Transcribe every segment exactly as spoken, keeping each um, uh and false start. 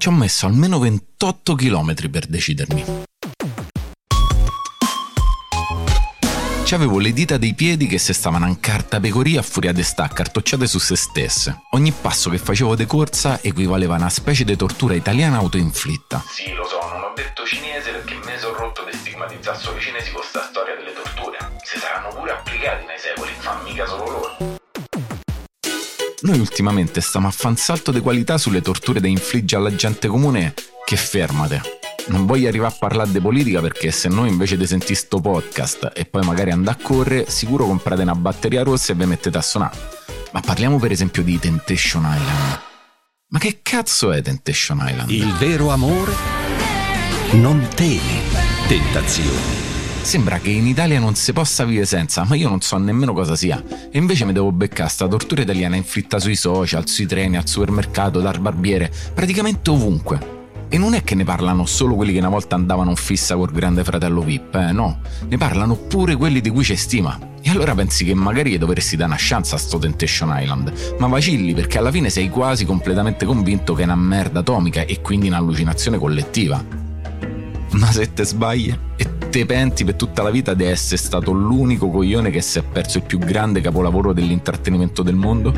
Ci ho messo almeno ventotto chilometri per decidermi. C'avevo le dita dei piedi che se stavano in cartapecoria a furia di sta accartocciate su se stesse. Ogni passo che facevo de corsa equivaleva a una specie di tortura italiana autoinflitta. Sì, lo so, non ho detto cinese perché me sono rotto di stigmatizzare solo i cinesi con sta storia delle torture. Si saranno pure applicati nei secoli, ma mica solo loro. Noi ultimamente stiamo a fan un salto di qualità sulle torture da infligge alla gente comune che fermate. Non voglio arrivare a parlare di politica perché se no invece di sentire sto podcast e poi magari andare a correre, sicuro comprate una batteria rossa e vi mettete a suonare. Ma parliamo per esempio di Temptation Island. Ma che cazzo è Temptation Island? Il vero amore non teme tentazioni. Sembra che in Italia non si possa vivere senza, ma io non so nemmeno cosa sia. E invece mi devo beccare sta tortura italiana inflitta sui social, sui treni, al supermercato, dal barbiere, praticamente ovunque. E non è che ne parlano solo quelli che una volta andavano in fissa col grande fratello V I P, eh, no. Ne parlano pure quelli di cui c'è stima. E allora pensi che magari dovresti dare una chance a sto Temptation Island. Ma vacilli, perché alla fine sei quasi completamente convinto che è una merda atomica e quindi un'allucinazione collettiva. Ma se te sbagli e te penti per tutta la vita di essere stato l'unico coglione che si è perso il più grande capolavoro dell'intrattenimento del mondo?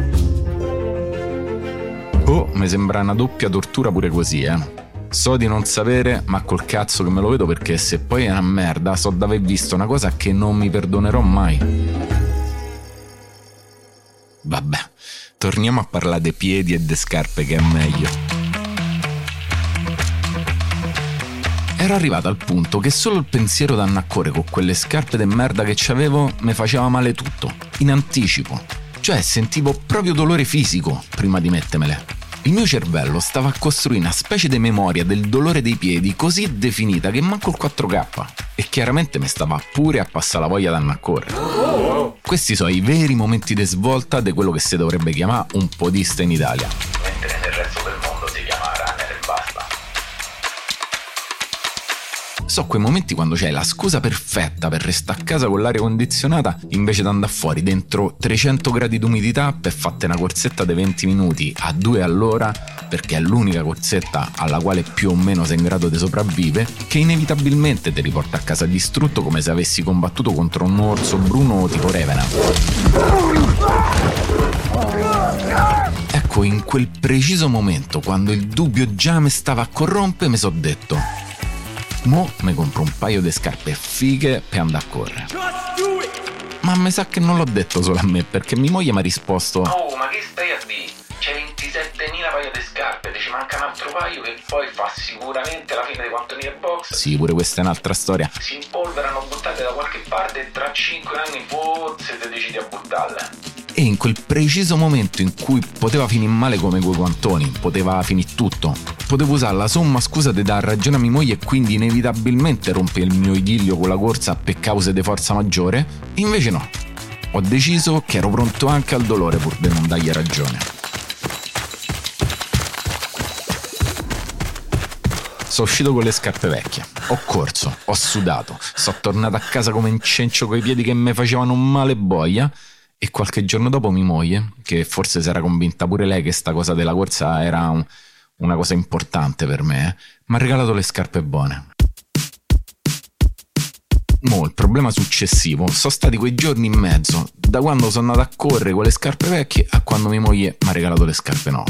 Oh, mi sembra una doppia tortura pure così, eh. So di non sapere, ma col cazzo che me lo vedo, perché se poi è una merda so d'aver visto una cosa che non mi perdonerò mai. Vabbè, torniamo a parlare dei piedi e de scarpe, che è meglio. Ero arrivato al punto che solo il pensiero d'andare a correre con quelle scarpe de merda che c'avevo mi faceva male tutto, in anticipo. Cioè sentivo proprio dolore fisico prima di mettermele. Il mio cervello stava a costruire una specie di memoria del dolore dei piedi così definita che manco il quattro K. E chiaramente mi stava pure a passare la voglia d'andare a correre. Questi sono i veri momenti di svolta di quello che si dovrebbe chiamare un podista in Italia. Mentre nel resto del mondo si chiama runner e basta. So quei momenti quando c'hai la scusa perfetta per restare a casa con l'aria condizionata invece di andare fuori dentro trecento gradi d'umidità per fatte una corsetta di venti minuti a due all'ora, perché è l'unica corsetta alla quale più o meno sei in grado di sopravvivere, che inevitabilmente ti riporta a casa distrutto come se avessi combattuto contro un orso bruno tipo Revenant. Ecco, in quel preciso momento, quando il dubbio già mi stava a corrompere, mi so detto: mo mi compro un paio di scarpe fighe per andare a correre. Ma mi sa che non l'ho detto solo a me, perché mia moglie mi ha risposto: oh, ma che stai a dire? C'è ventisettemila paio di scarpe, te ci manca un altro paio che poi fa sicuramente la fine di quanto ne è box. Sì, pure questa è un'altra storia. Si impolverano buttate da qualche parte e tra cinque anni forse te decidi a buttarle. E in quel preciso momento in cui poteva finire male come quei guantoni, poteva finire tutto, potevo usare la somma scusa di dar ragione a mia moglie e quindi inevitabilmente rompere il mio idillio con la corsa per cause di forza maggiore, e invece no. Ho deciso che ero pronto anche al dolore pur di non dargli ragione. Sono uscito con le scarpe vecchie, ho corso, ho sudato, sono tornato a casa come un cencio coi piedi che mi facevano un male boia. E qualche giorno dopo mia moglie, che forse si era convinta pure lei che sta cosa della corsa era un, una cosa importante per me, eh, mi ha regalato le scarpe buone. Mo' il problema successivo sono stati quei giorni in mezzo, da quando sono andato a correre con le scarpe vecchie a quando mia moglie mi ha regalato le scarpe nuove.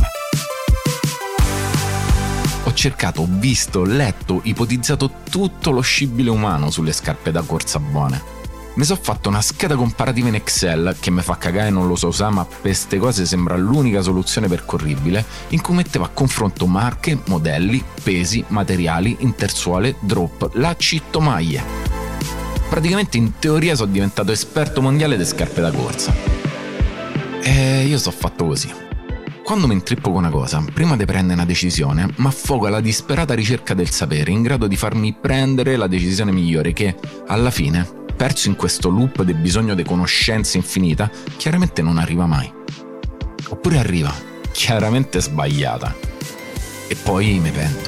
Ho cercato, ho visto, letto, ipotizzato tutto lo scibile umano sulle scarpe da corsa buone. Mi sono fatto una scheda comparativa in Excel, che mi fa cagare e non lo so usare, ma per queste cose sembra l'unica soluzione percorribile, in cui mettevo a confronto marche, modelli, pesi, materiali, intersuole, drop, lacci, maglie. Praticamente in teoria sono diventato esperto mondiale di scarpe da corsa. E io sono fatto così. Quando mi intrippo con una cosa, prima di prendere una decisione, mi affogo alla disperata ricerca del sapere, in grado di farmi prendere la decisione migliore che, alla fine, perso in questo loop del bisogno di conoscenza infinita, chiaramente non arriva mai. Oppure arriva, chiaramente sbagliata. E poi mi pento.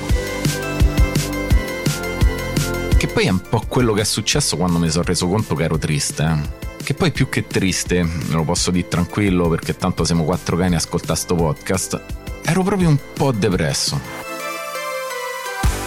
Che poi è un po' quello che è successo quando mi sono reso conto che ero triste, eh. Che poi più che triste, me lo posso dire tranquillo perché tanto siamo quattro cani a ascoltare sto podcast, ero proprio un po' depresso.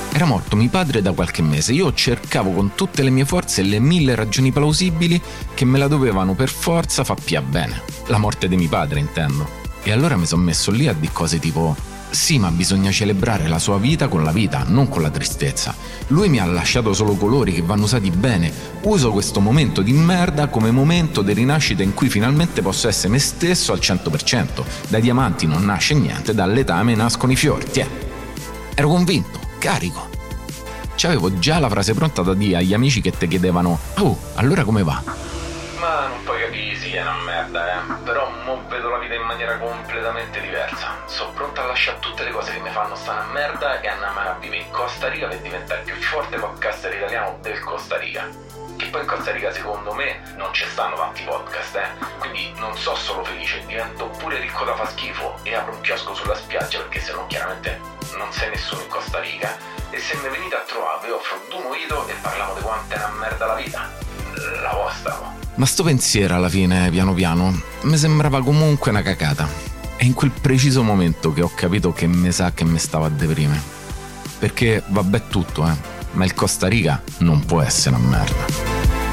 Era morto mio padre da qualche mese, io cercavo con tutte le mie forze le mille ragioni plausibili che me la dovevano per forza far pia bene. La morte di mio padre, intendo. E allora mi sono messo lì a dire cose tipo: sì, ma bisogna celebrare la sua vita con la vita, non con la tristezza. Lui mi ha lasciato solo colori che vanno usati bene. Uso questo momento di merda come momento di rinascita in cui finalmente posso essere me stesso al cento per cento. Dai diamanti non nasce niente, dall'etame nascono i fiori. Tiè. Ero convinto, carico. C'avevo già la frase pronta da dire agli amici che ti chiedevano: oh, allora come va? Ma non puoi capire, sì, è una merda, eh. Però mo vedo la vita in maniera completamente diversa. Sono pronta a lasciare tutte le cose che mi fanno stare a merda e andare a vivere in Costa Rica per diventare il più forte podcaster italiano del Costa Rica. Che poi in Costa Rica, secondo me, non ci stanno tanti podcast, eh. Quindi non so solo felice, divento pure ricco da fa schifo e apro un chiosco sulla spiaggia, perché sennò chiaramente non sei nessuno in Costa Rica. E se mi venite a trovare vi offro due mojito e parliamo di quanto è una merda la vita. La vostra, no? Ma sto pensiero alla fine, piano piano, mi sembrava comunque una cacata. È in quel preciso momento che ho capito che me sa che mi stava a deprime. Perché vabbè tutto, eh, ma il Costa Rica non può essere una merda.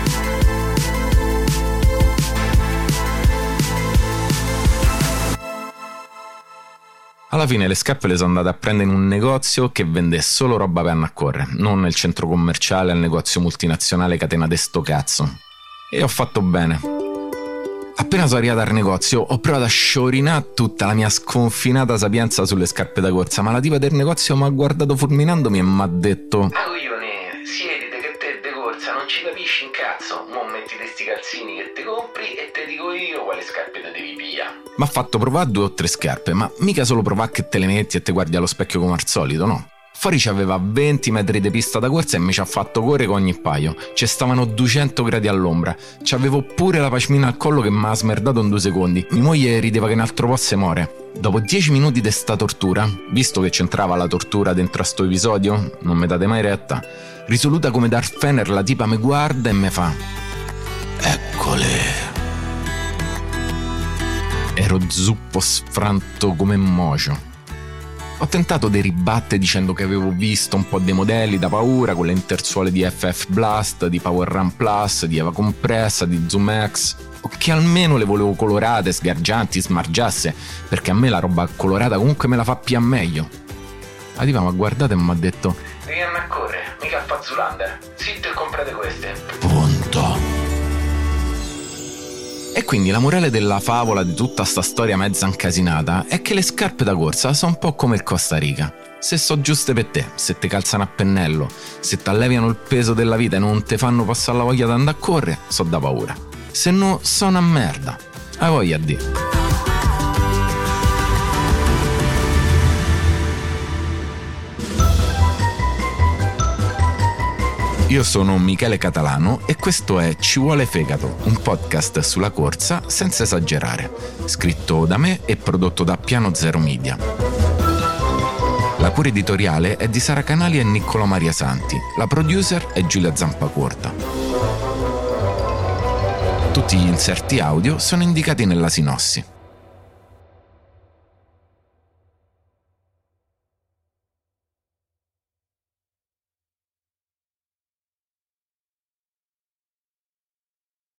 Alla fine le scarpe le sono andate a prendere in un negozio che vende solo roba per andare a correre, non nel centro commerciale al negozio multinazionale catena de sto cazzo. E ho fatto bene. Appena sono arrivato al negozio ho provato a sciorinare tutta la mia sconfinata sapienza sulle scarpe da corsa, ma la tipa del negozio mi ha guardato fulminandomi e mi ha detto: ah, coglione, siedite che te de corsa non ci capisci un cazzo, mo metti sti calzini che te compri e te dico io quale scarpe te devi pigliare. Mi ha fatto provare due o tre scarpe, ma mica solo provare che te le metti e te guardi allo specchio come al solito, no? Fuori c'aveva venti metri di pista da corsa e mi ci ha fatto correre con ogni paio. Ci stavano duecento gradi all'ombra. C'avevo pure la pashmina al collo che mi ha smerdato in due secondi. Mia moglie rideva che un altro po' se muore. Dopo dieci minuti di sta tortura, visto che c'entrava la tortura dentro a sto episodio, non mi date mai retta, risoluta come Darth Fener, la tipa mi guarda e mi fa: eccole. Ero zuppo sfranto come mocio. Ho tentato di ribattere dicendo che avevo visto un po' dei modelli da paura con le intersuole di F F Blast, di Power Run Plus, di Eva Compressa, di Zoom X, o che almeno le volevo colorate, sgargianti, smargiasse, perché a me la roba colorata comunque me la fa più meglio. La tipa mi ha guardato e mi ha detto: devi andare a correre, mica a fa Zulander, zitto e comprate queste. Punto. E quindi la morale della favola di tutta sta storia mezza incasinata è che le scarpe da corsa sono un po' come il Costa Rica. Se so giuste per te, se te calzano a pennello, se ti alleviano il peso della vita e non te fanno passare la voglia di andare a correre, so da paura. Se no, sono una merda. Hai voglia di. Io sono Michele Catalano e questo è Ci vuole fegato, un podcast sulla corsa senza esagerare, scritto da me e prodotto da Piano Zero Media. La cura editoriale è di Sara Canali e Niccolò Maria Santi, la producer è Giulia Zampacorta. Tutti gli inserti audio sono indicati nella sinossi.